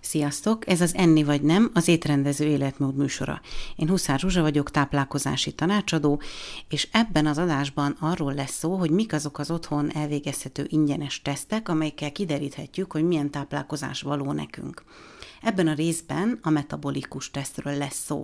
Sziasztok! Ez az Enni vagy nem, az Étrendező életmód műsora. Én Huszár Zsuzsa vagyok, táplálkozási tanácsadó, és ebben az adásban arról lesz szó, hogy mik azok az otthon elvégezhető ingyenes tesztek, amelyekkel kideríthetjük, hogy milyen táplálkozás való nekünk. Ebben a részben a metabolikus tesztről lesz szó.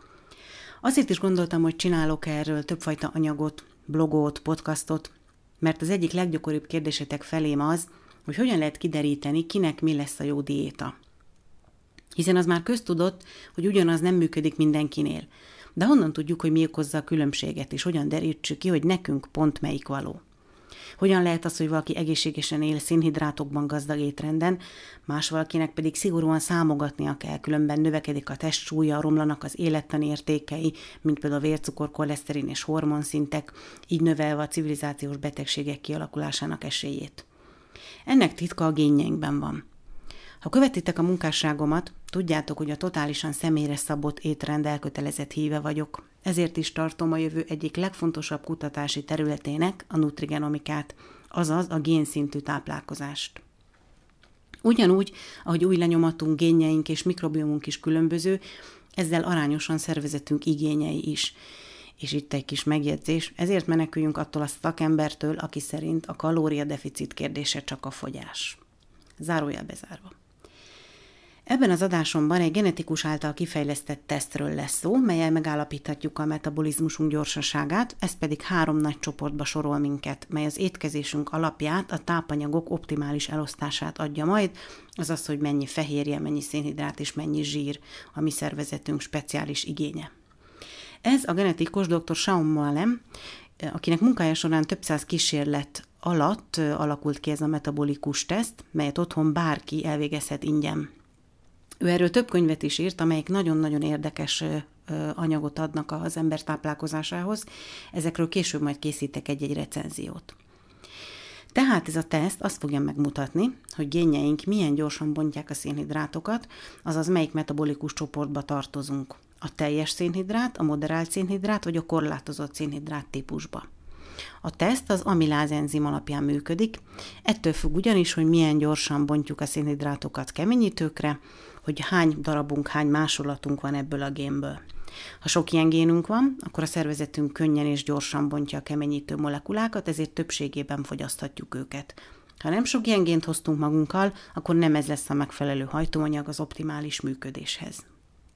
Azért is gondoltam, hogy csinálok erről többfajta anyagot, blogot, podcastot, mert az egyik leggyakoribb kérdésetek felém az, hogy hogyan lehet kideríteni, kinek mi lesz a jó diéta. Hiszen az már köztudott, hogy ugyanaz nem működik mindenkinél. De honnan tudjuk, hogy mi okozza a különbséget, és hogyan derítsük ki, hogy nekünk pont melyik való? Hogyan lehet az, hogy valaki egészségesen él szénhidrátokban gazdag étrenden, más valakinek pedig szigorúan számogatnia kell, különben növekedik a testsúlya, romlanak az élettani értékei, mint például a vércukor, koleszterin és hormonszintek, így növelve a civilizációs betegségek kialakulásának esélyét. Ennek titka a génjeinkben van. Ha követitek a munkásságomat, tudjátok, hogy a totálisan személyre szabott étrend elkötelezett híve vagyok. Ezért is tartom a jövő egyik legfontosabb kutatási területének a nutrigenomikát, azaz a génszintű táplálkozást. Ugyanúgy, ahogy új lenyomatunk, génjeink és mikrobiomunk is különböző, ezzel arányosan szervezetünk igényei is. És itt egy kis megjegyzés, ezért meneküljünk attól a szakembertől, aki szerint a kalóriadeficit kérdése csak a fogyás. Zárójel bezárva. Ebben az adásomban egy genetikus által kifejlesztett tesztről lesz szó, mellyel megállapíthatjuk a metabolizmusunk gyorsaságát, ez pedig 3 nagy csoportba sorol minket, mely az étkezésünk alapját, a tápanyagok optimális elosztását adja majd, azaz, hogy mennyi fehérje, mennyi szénhidrát és mennyi zsír a mi szervezetünk speciális igénye. Ez a genetikus dr. Shaun Moallem, akinek munkája során több száz kísérlet alatt alakult ki ez a metabolikus teszt, melyet otthon bárki elvégezhet ingyen. Ő erről több könyvet is írt, amelyek nagyon-nagyon érdekes anyagot adnak az ember táplálkozásához. Ezekről később majd készítek egy-egy recenziót. Tehát ez a teszt azt fogja megmutatni, hogy génjeink milyen gyorsan bontják a szénhidrátokat, azaz melyik metabolikus csoportba tartozunk. A teljes szénhidrát, a moderált szénhidrát vagy a korlátozott szénhidrát típusba. A teszt az amiláz enzim alapján működik, ettől függ ugyanis, hogy milyen gyorsan bontjuk a szénhidrátokat keményítőkre, hogy hány darabunk, hány másolatunk van ebből a génből. Ha sok ilyen génünk van, akkor a szervezetünk könnyen és gyorsan bontja a keményítő molekulákat, ezért többségében fogyaszthatjuk őket. Ha nem sok ilyen gént hoztunk magunkkal, akkor nem ez lesz a megfelelő hajtóanyag az optimális működéshez.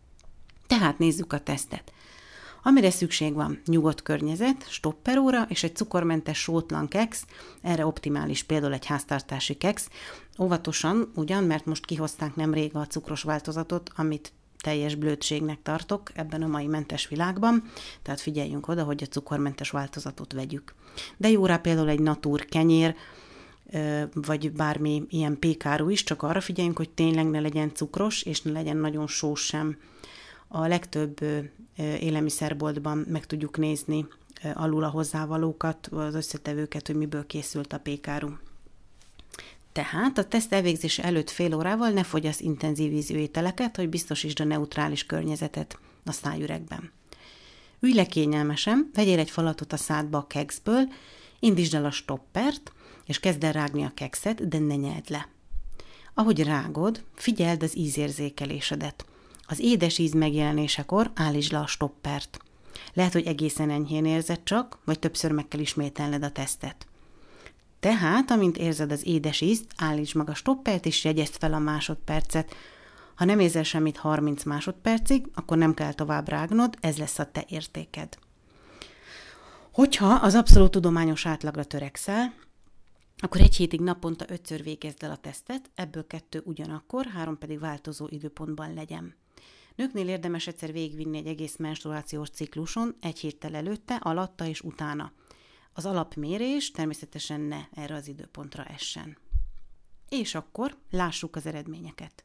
Tehát nézzük a tesztet. Amire szükség van, nyugodt környezet, stopperóra és egy cukormentes sótlan keksz, erre optimális például egy háztartási keksz. Óvatosan ugyan, mert most kihozták nemrég a cukros változatot, amit teljes blödségnek tartok ebben a mai mentes világban, tehát figyeljünk oda, hogy a cukormentes változatot vegyük. De jó rá például egy natur kenyér, vagy bármi ilyen pékáru is, csak arra figyeljünk, hogy tényleg ne legyen cukros, és ne legyen nagyon sós sem. A legtöbb élelmiszerboltban meg tudjuk nézni alul a hozzávalókat, az összetevőket, hogy miből készült a pékáru. Tehát a teszt elvégzése előtt fél órával ne fogyasz intenzív ízű ételeket, hogy biztosítsd a neutrális környezetet a szájüregben. Ülj le kényelmesen, vegyél egy falatot a szádba a kekszből, indítsd el a stoppert, és kezd el rágni a kekszet, de ne nyeld le. Ahogy rágod, figyeld az ízérzékelésedet. Az édes íz megjelenésekor állítsd le a stoppert. Lehet, hogy egészen enyhén érzed csak, vagy többször meg kell ismételned a tesztet. Tehát, amint érzed az édes ízt, állítsd meg a stoppert és jegyezd fel a másodpercet. Ha nem érzel semmit 30 másodpercig, akkor nem kell tovább rágnod, ez lesz a te értéked. Hogyha az abszolút tudományos átlagra törekszel, akkor 1 hétig naponta 5-ször végezd el a tesztet, ebből 2 ugyanakkor, 3 pedig változó időpontban legyen. Nőknél érdemes egyszer végigvinni egy egész menstruációs cikluson, 1 héttel előtte, alatta és utána. Az alapmérés természetesen ne erre az időpontra essen. És akkor lássuk az eredményeket.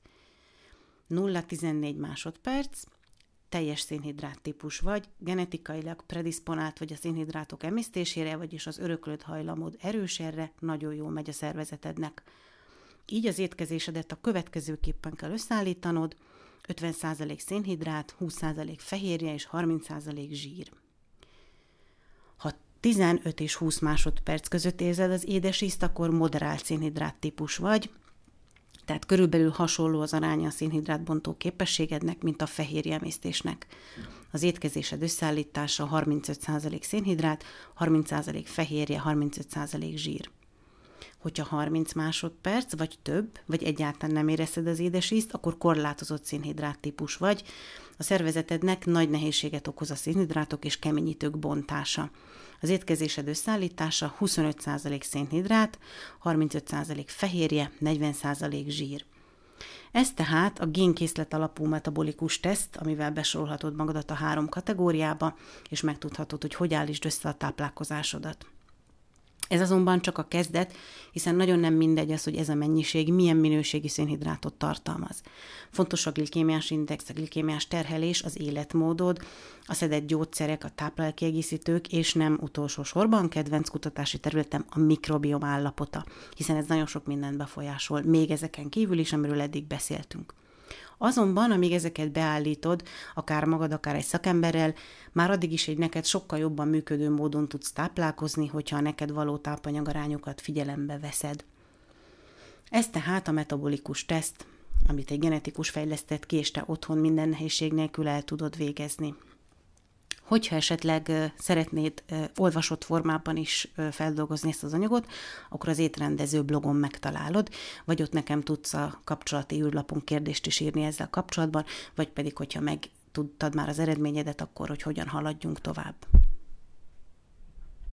0-14 másodperc, teljes szénhidrát típus vagy, genetikailag predisponált vagy a szénhidrátok emésztésére, vagyis az öröklött hajlamod erős erre, nagyon jól megy a szervezetednek. Így az étkezésedet a következőképpen kell összeállítanod, 50% szénhidrát, 20% fehérje és 30% zsír. Ha 15 és 20 másodperc között érzed az édes ízt, akkor moderált szénhidrát típus vagy, Tehát körülbelül hasonló az aránya a szénhidrátbontó képességednek, mint a fehérje emésztésnek. Az étkezésed összeállítása 35% szénhidrát, 30% fehérje, 35% zsír. Hogyha 30 másodperc, vagy több, vagy egyáltalán nem érezted az édesízt, akkor korlátozott szénhidrát típus vagy. A szervezetednek nagy nehézséget okoz a szénhidrátok és keményítők bontása. Az étkezésed összeállítása 25% szénhidrát, 35% fehérje, 40% zsír. Ez tehát a génkészlet alapú metabolikus teszt, amivel besorolhatod magadat a 3 kategóriába, és megtudhatod, hogy állítsd össze a táplálkozásodat. Ez azonban csak a kezdet, hiszen nagyon nem mindegy az, hogy ez a mennyiség milyen minőségű szénhidrátot tartalmaz. Fontos a glikémiás index, a glikémiás terhelés, az életmódod, a szedett gyógyszerek, a táplálékkiegészítők, és nem utolsó sorban kedvenc kutatási területem a mikrobiom állapota, hiszen ez nagyon sok mindent befolyásol, még ezeken kívül is, amiről eddig beszéltünk. Azonban, amíg ezeket beállítod, akár magad, akár egy szakemberrel, már addig is egy neked sokkal jobban működő módon tudsz táplálkozni, hogyha a neked való tápanyagarányokat figyelembe veszed. Ez tehát a metabolikus teszt, amit egy genetikus fejlesztett ki, és te otthon minden nehézség nélkül el tudod végezni. Hogyha esetleg szeretnéd olvasott formában is feldolgozni ezt az anyagot, akkor az étrendező blogon megtalálod, vagy ott nekem tudsz a kapcsolati űrlapon kérdést is írni ezzel kapcsolatban, vagy pedig, hogyha megtudtad már az eredményedet, akkor hogy hogyan haladjunk tovább.